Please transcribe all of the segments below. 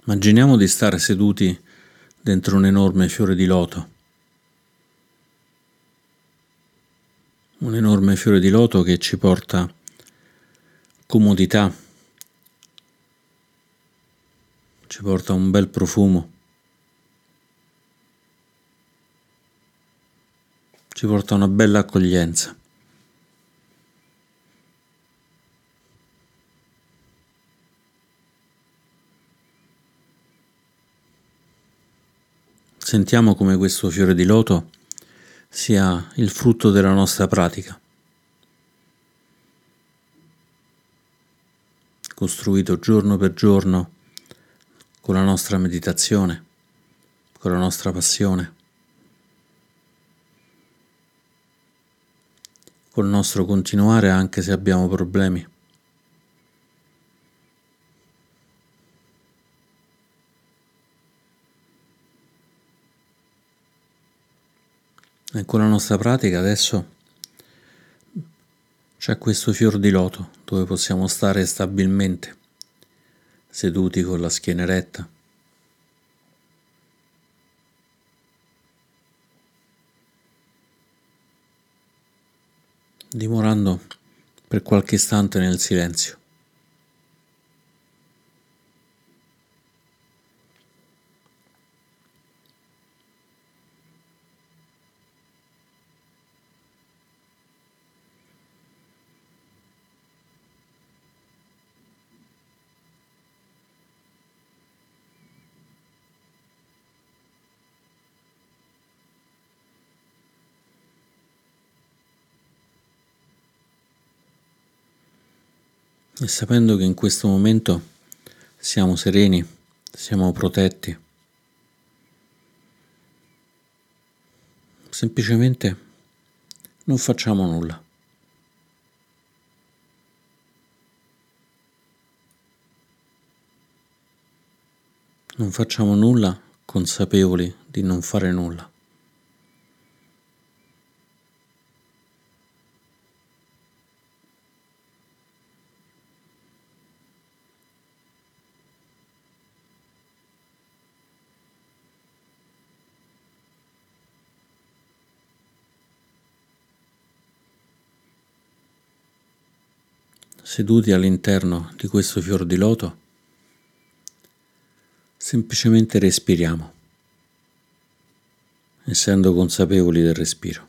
Immaginiamo di stare seduti dentro un enorme fiore di loto. Un enorme fiore di loto che ci porta comodità, ci porta un bel profumo, ci porta una bella accoglienza. Sentiamo come questo fiore di loto sia il frutto della nostra pratica, costruito giorno per giorno con la nostra meditazione, con la nostra passione, col nostro continuare anche se abbiamo problemi. E con la nostra pratica adesso c'è questo fior di loto dove possiamo stare stabilmente, seduti con la schiena eretta. Dimorando per qualche istante nel silenzio. E sapendo che in questo momento siamo sereni, siamo protetti, semplicemente non facciamo nulla. Non facciamo nulla consapevoli di non fare nulla. Seduti all'interno di questo fior di loto, semplicemente respiriamo, essendo consapevoli del respiro.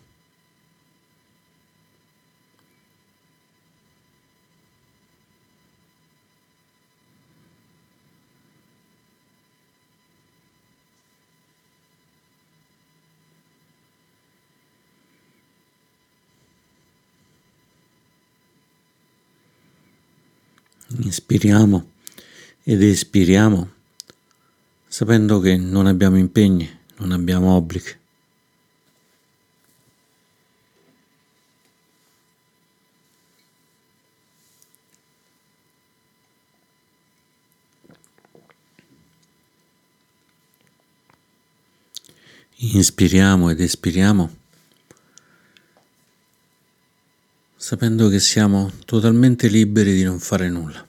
Inspiriamo ed espiriamo, sapendo che non abbiamo impegni, non abbiamo obblighi. Inspiriamo ed espiriamo, sapendo che siamo totalmente liberi di non fare nulla,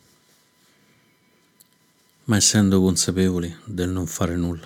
ma essendo consapevoli del non fare nulla.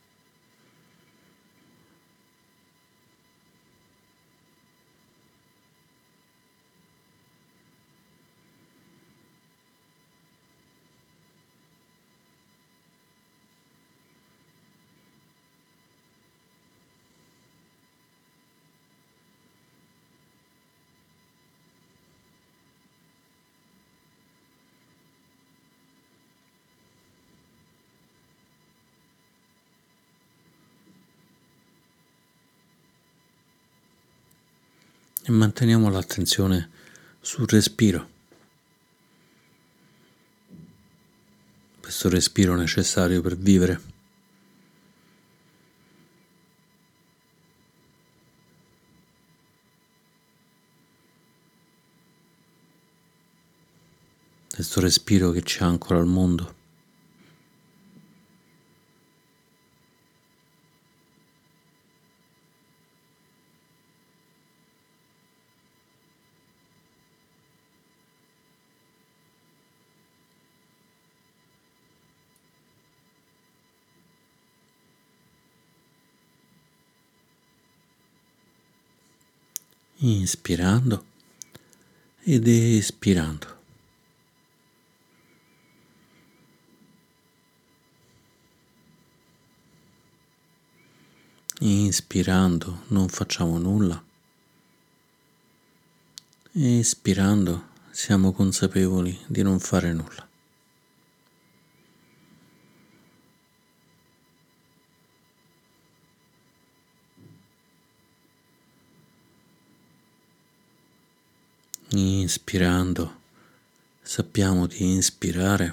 E manteniamo l'attenzione sul respiro, questo respiro necessario per vivere. Questo respiro che ci ancora al mondo. inspirando ed espirando. Inspirando non facciamo nulla, espirando siamo consapevoli di non fare nulla. Inspirando sappiamo di inspirare,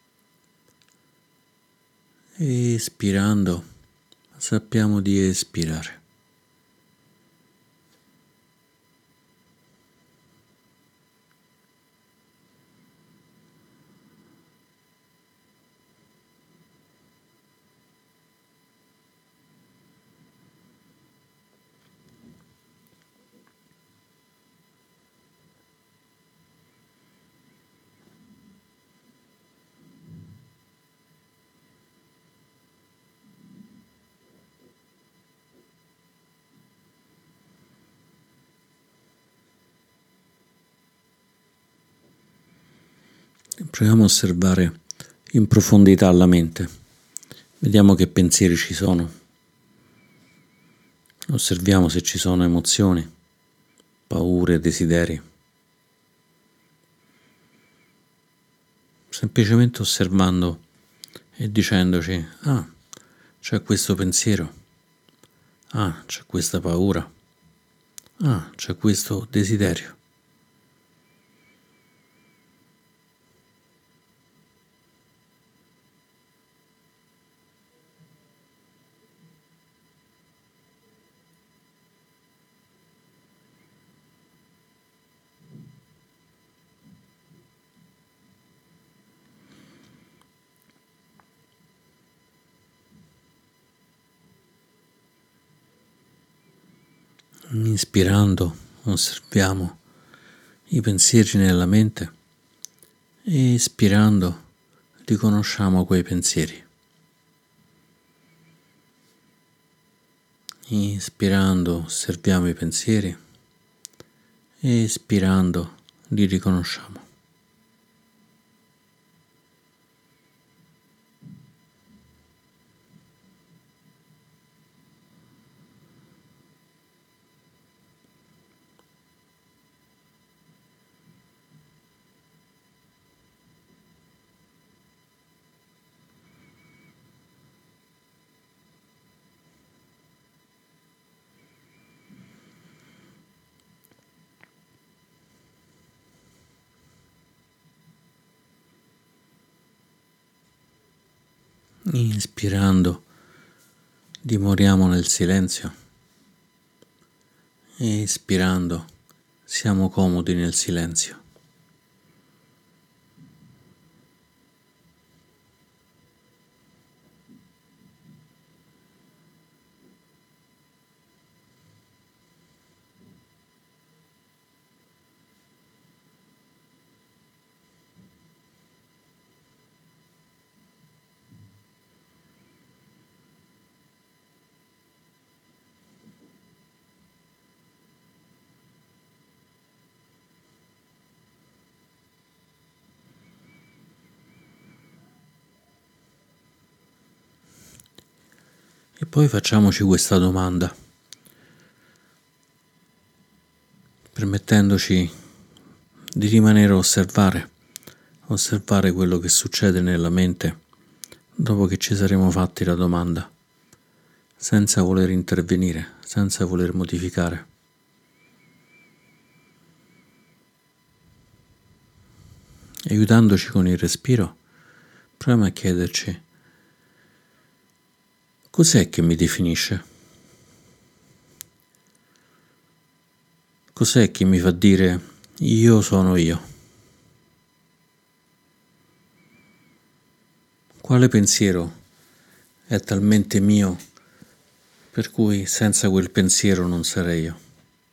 espirando sappiamo di espirare. Proviamo a osservare in profondità la mente. Vediamo che pensieri ci sono. Osserviamo se ci sono emozioni, paure, desideri. Semplicemente osservando e dicendoci: ah, c'è questo pensiero, ah, c'è questa paura, ah, c'è questo desiderio. Inspirando osserviamo i pensieri nella mente e espirando riconosciamo quei pensieri. Inspirando osserviamo i pensieri e espirando li riconosciamo. Inspirando dimoriamo nel silenzio e espirando siamo comodi nel silenzio. E poi facciamoci questa domanda, permettendoci di rimanere a osservare quello che succede nella mente dopo che ci saremo fatti la domanda, senza voler intervenire, senza voler modificare. Aiutandoci con il respiro, proviamo a chiederci: cos'è che mi definisce? Cos'è che mi fa dire io sono io? Quale pensiero è talmente mio per cui senza quel pensiero non sarei io?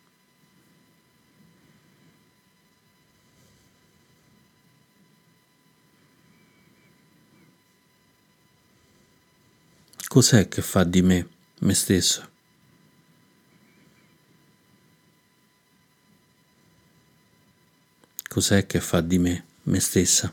Cos'è che fa di me stesso? cos'è che fa di me me stessa.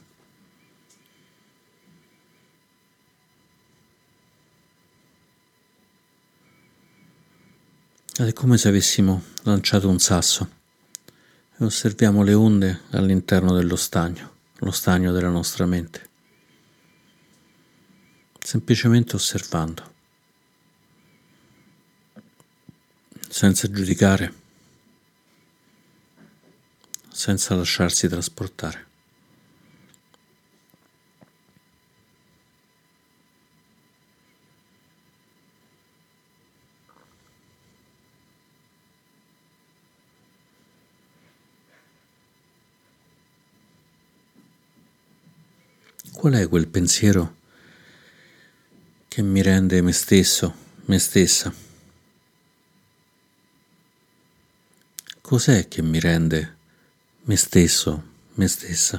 Ed è come se avessimo lanciato un sasso e osserviamo le onde all'interno dello stagno, lo stagno della nostra mente, semplicemente osservando, senza giudicare, senza lasciarsi trasportare. Qual è quel pensiero che mi rende me stesso, me stessa? Cos'è che mi rende me stesso, me stessa?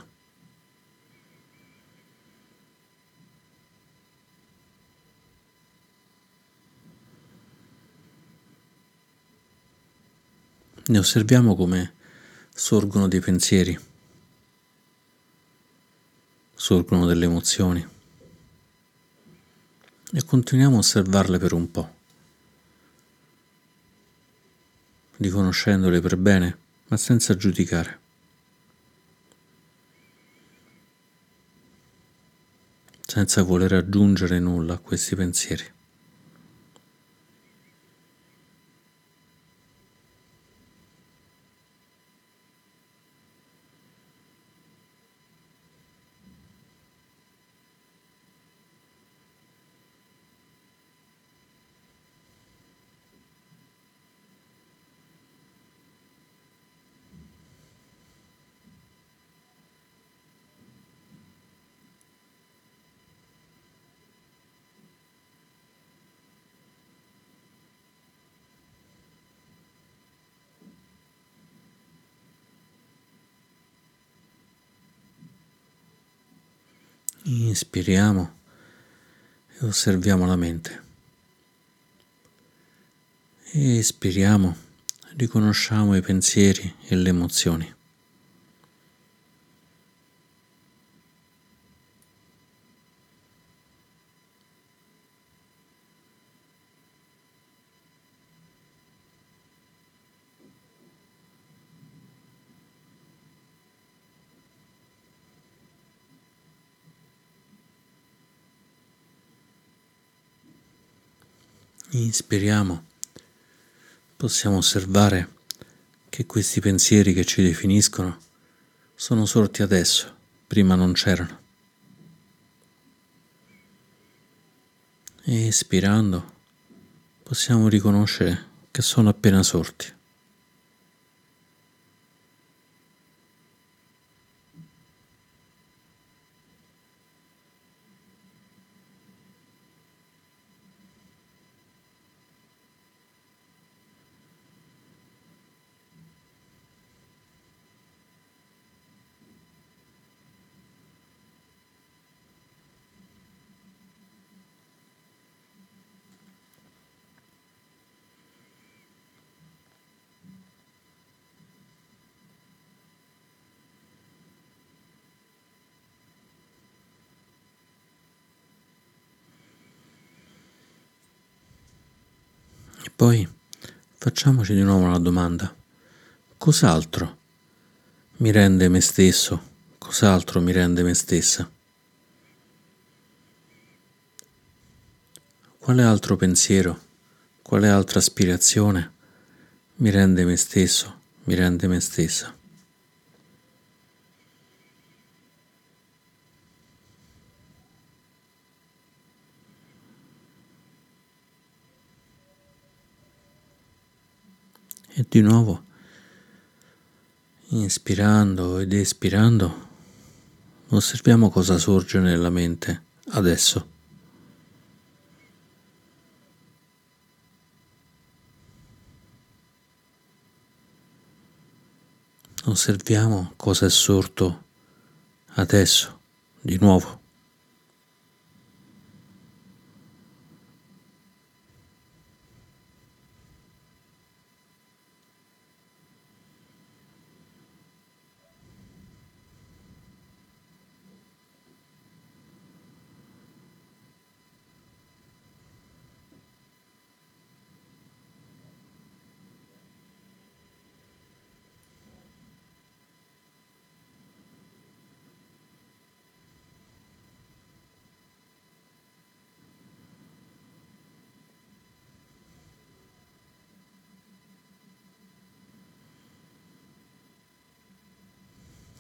Ne osserviamo come sorgono dei pensieri, sorgono delle emozioni e continuiamo a osservarle per un po', riconoscendole per bene, ma senza giudicare, senza voler aggiungere nulla a questi pensieri. Inspiriamo e osserviamo la mente. E espiriamo, riconosciamo i pensieri e le emozioni. Inspiriamo, possiamo osservare che questi pensieri che ci definiscono sono sorti adesso, prima non c'erano. E espirando possiamo riconoscere che sono appena sorti. E poi facciamoci di nuovo una domanda. Cos'altro mi rende me stesso? Cos'altro mi rende me stessa? Quale altro pensiero, quale altra aspirazione mi rende me stesso, mi rende me stessa? E di nuovo, inspirando ed espirando, osserviamo cosa sorge nella mente adesso. Osserviamo cosa è sorto adesso, di nuovo.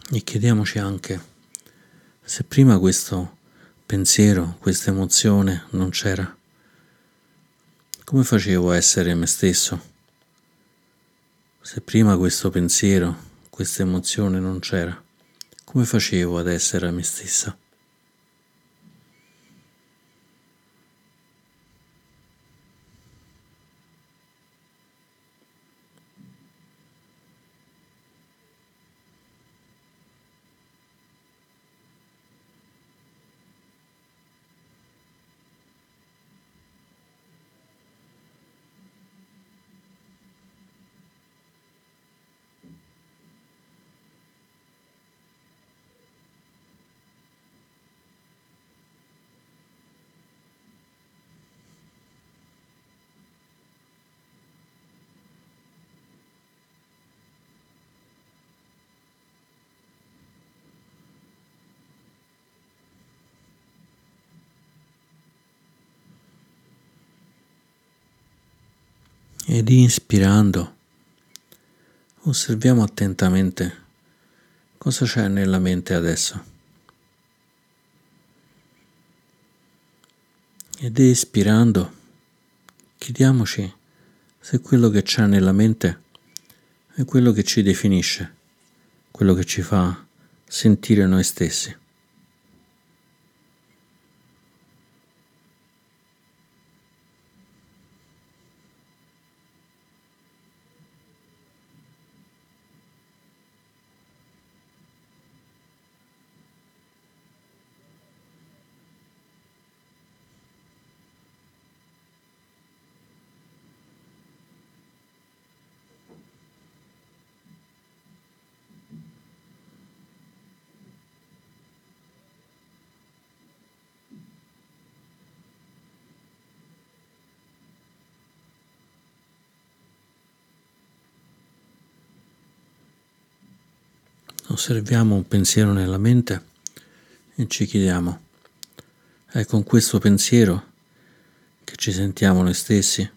E chiediamoci anche se prima questo pensiero, questa emozione non c'era, come facevo a essere me stesso? Se prima questo pensiero, questa emozione non c'era, come facevo ad essere me stessa? Ed inspirando, osserviamo attentamente cosa c'è nella mente adesso. Ed espirando, chiediamoci se quello che c'è nella mente è quello che ci definisce, quello che ci fa sentire noi stessi. Osserviamo un pensiero nella mente e ci chiediamo, è con questo pensiero che ci sentiamo noi stessi?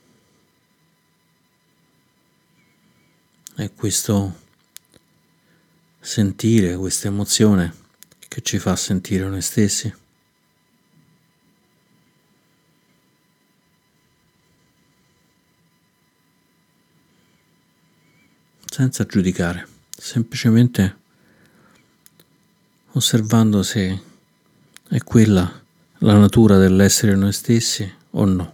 È questo sentire, questa emozione che ci fa sentire noi stessi? Senza giudicare, semplicemente osservando se è quella la natura dell'essere noi stessi o no.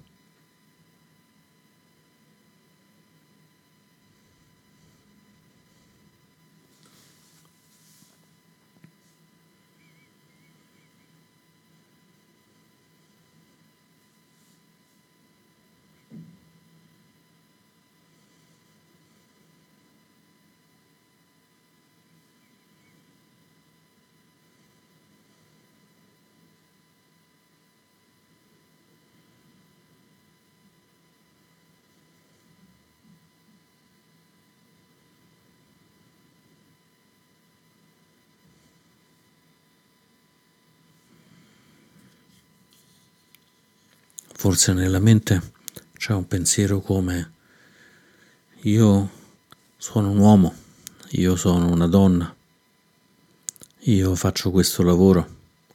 Forse nella mente c'è un pensiero come io sono un uomo, io sono una donna, io faccio questo lavoro,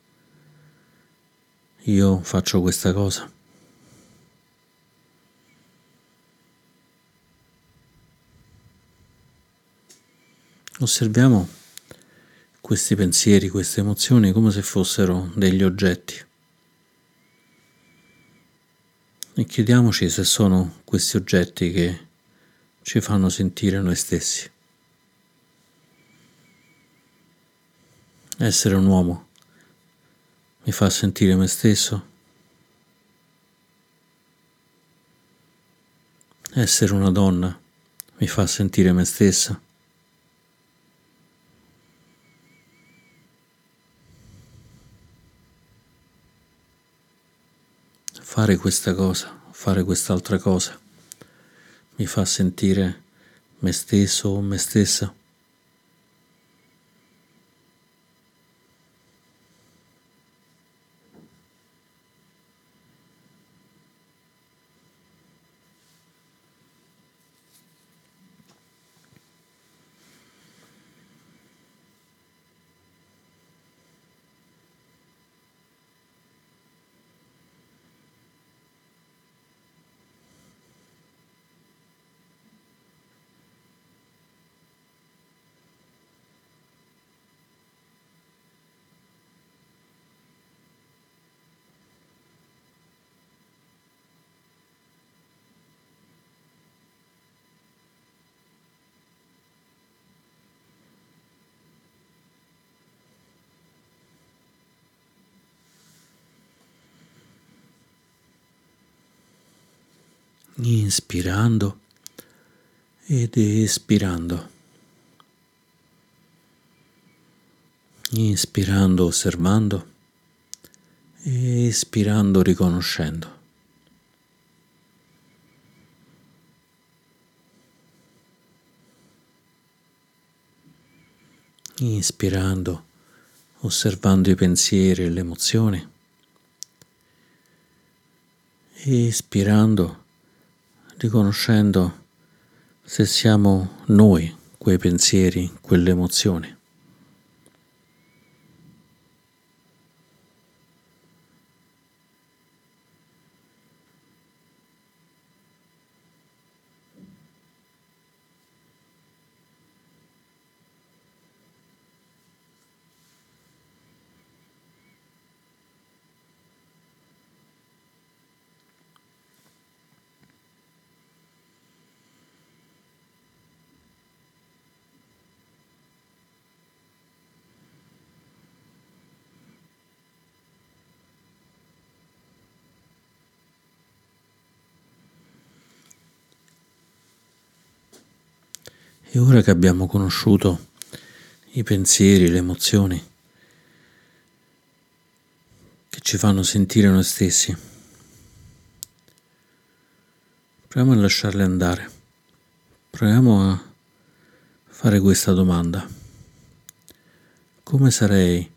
io faccio questa cosa. Osserviamo questi pensieri, queste emozioni come se fossero degli oggetti e chiediamoci se sono questi oggetti che ci fanno sentire noi stessi. Essere un uomo mi fa sentire me stesso? Essere una donna mi fa sentire me stessa? Fare questa cosa, fare quest'altra cosa mi fa sentire me stesso o me stessa? inspirando ed espirando, inspirando osservando, espirando riconoscendo. Inspirando, osservando i pensieri e le emozioni, espirando, riconoscendo se siamo noi quei pensieri, quelle emozioni. E ora che abbiamo conosciuto i pensieri, le emozioni che ci fanno sentire noi stessi, proviamo a lasciarle andare. Proviamo a fare questa domanda. Come sarei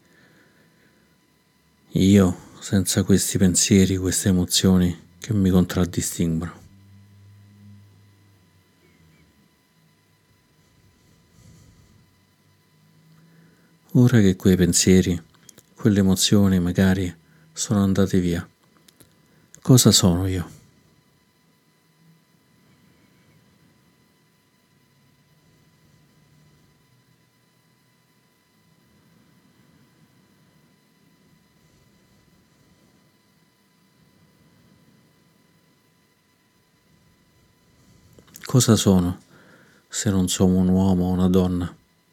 io senza questi pensieri, queste emozioni che mi contraddistinguono? Ora che quei pensieri, quelle emozioni magari sono andate via, cosa sono io? Cosa sono se non sono un uomo o una donna?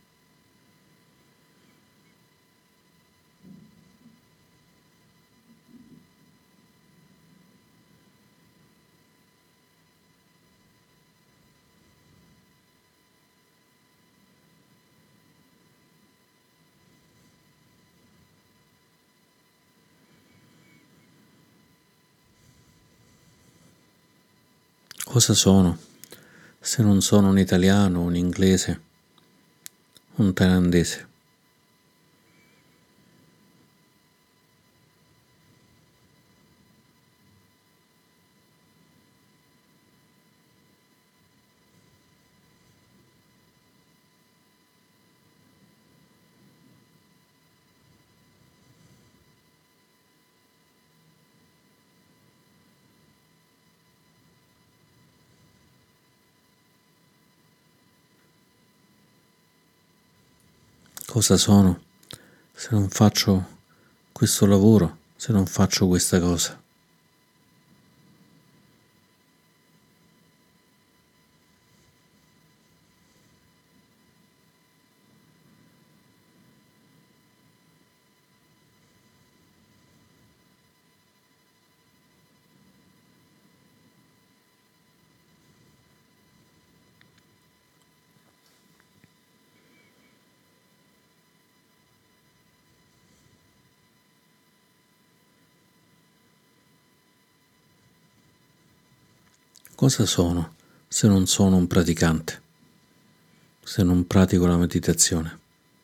Cosa sono se non sono un italiano, un inglese, un thailandese? Cosa sono se non faccio questo lavoro, se non faccio questa cosa? Cosa sono se non sono un praticante, se non pratico la meditazione?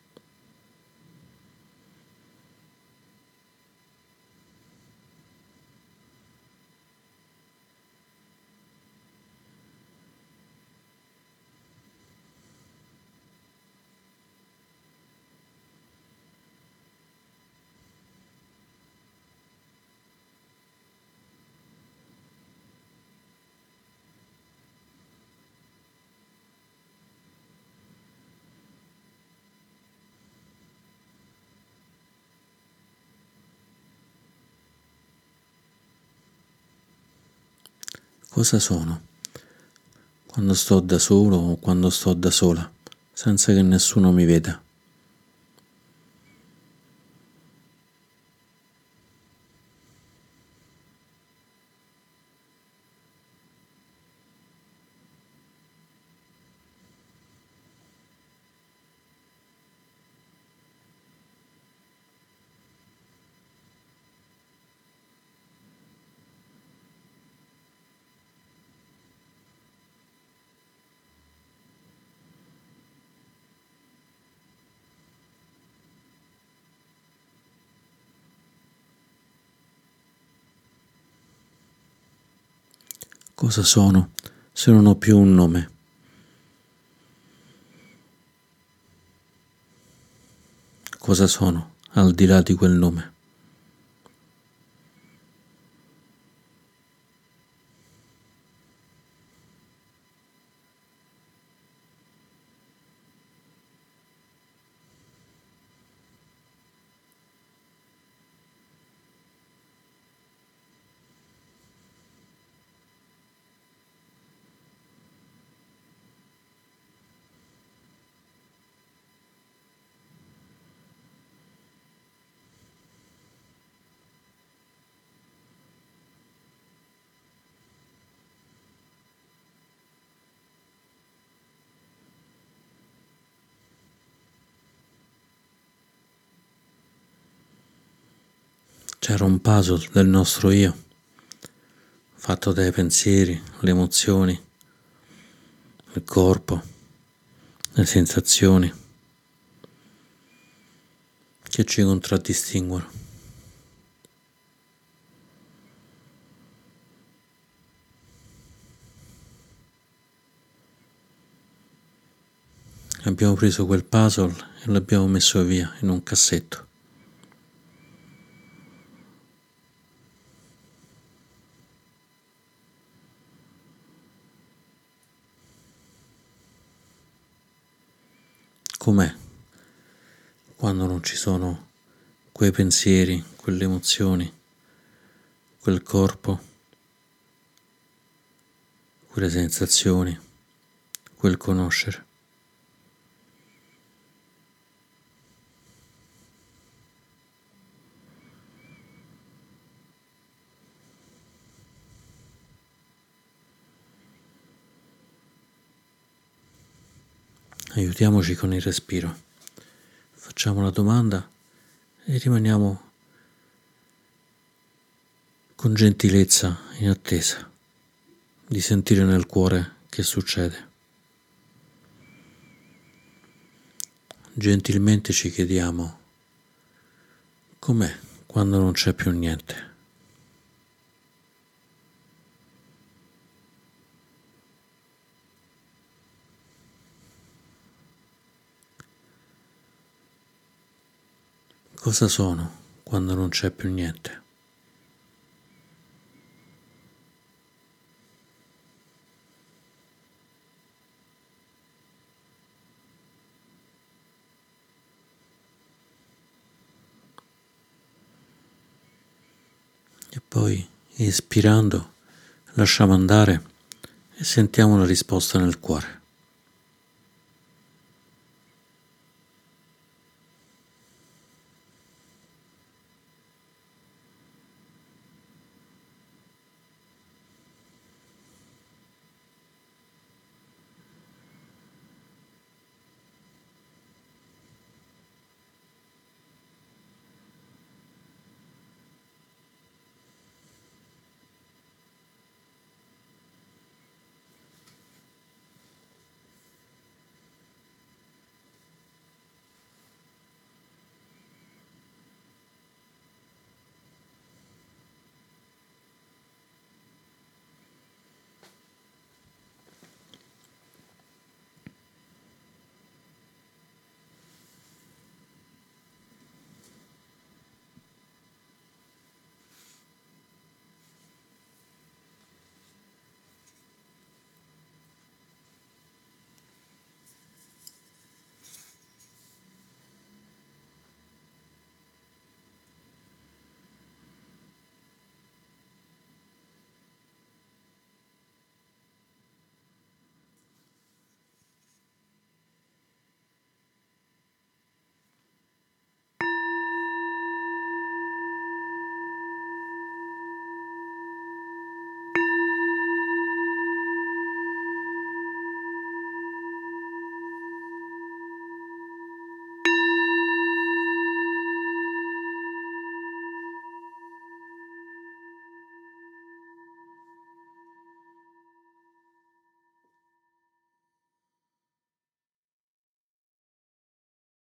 Cosa sono quando sto da solo o quando sto da sola, senza che nessuno mi veda? Cosa sono se non ho più un nome? Cosa sono al di là di quel nome? C'era un puzzle del nostro io, fatto dai pensieri, le emozioni, il corpo, le sensazioni che ci contraddistinguono. Abbiamo preso quel puzzle e l'abbiamo messo via in un cassetto. Com'è quando non ci sono quei pensieri, quelle emozioni, quel corpo, quelle sensazioni, quel conoscere? Aiutiamoci con il respiro. Facciamo la domanda e rimaniamo con gentilezza in attesa di sentire nel cuore che succede. Gentilmente ci chiediamo com'è quando non c'è più niente. Cosa sono quando non c'è più niente? E poi, espirando, lasciamo andare e sentiamo la risposta nel cuore.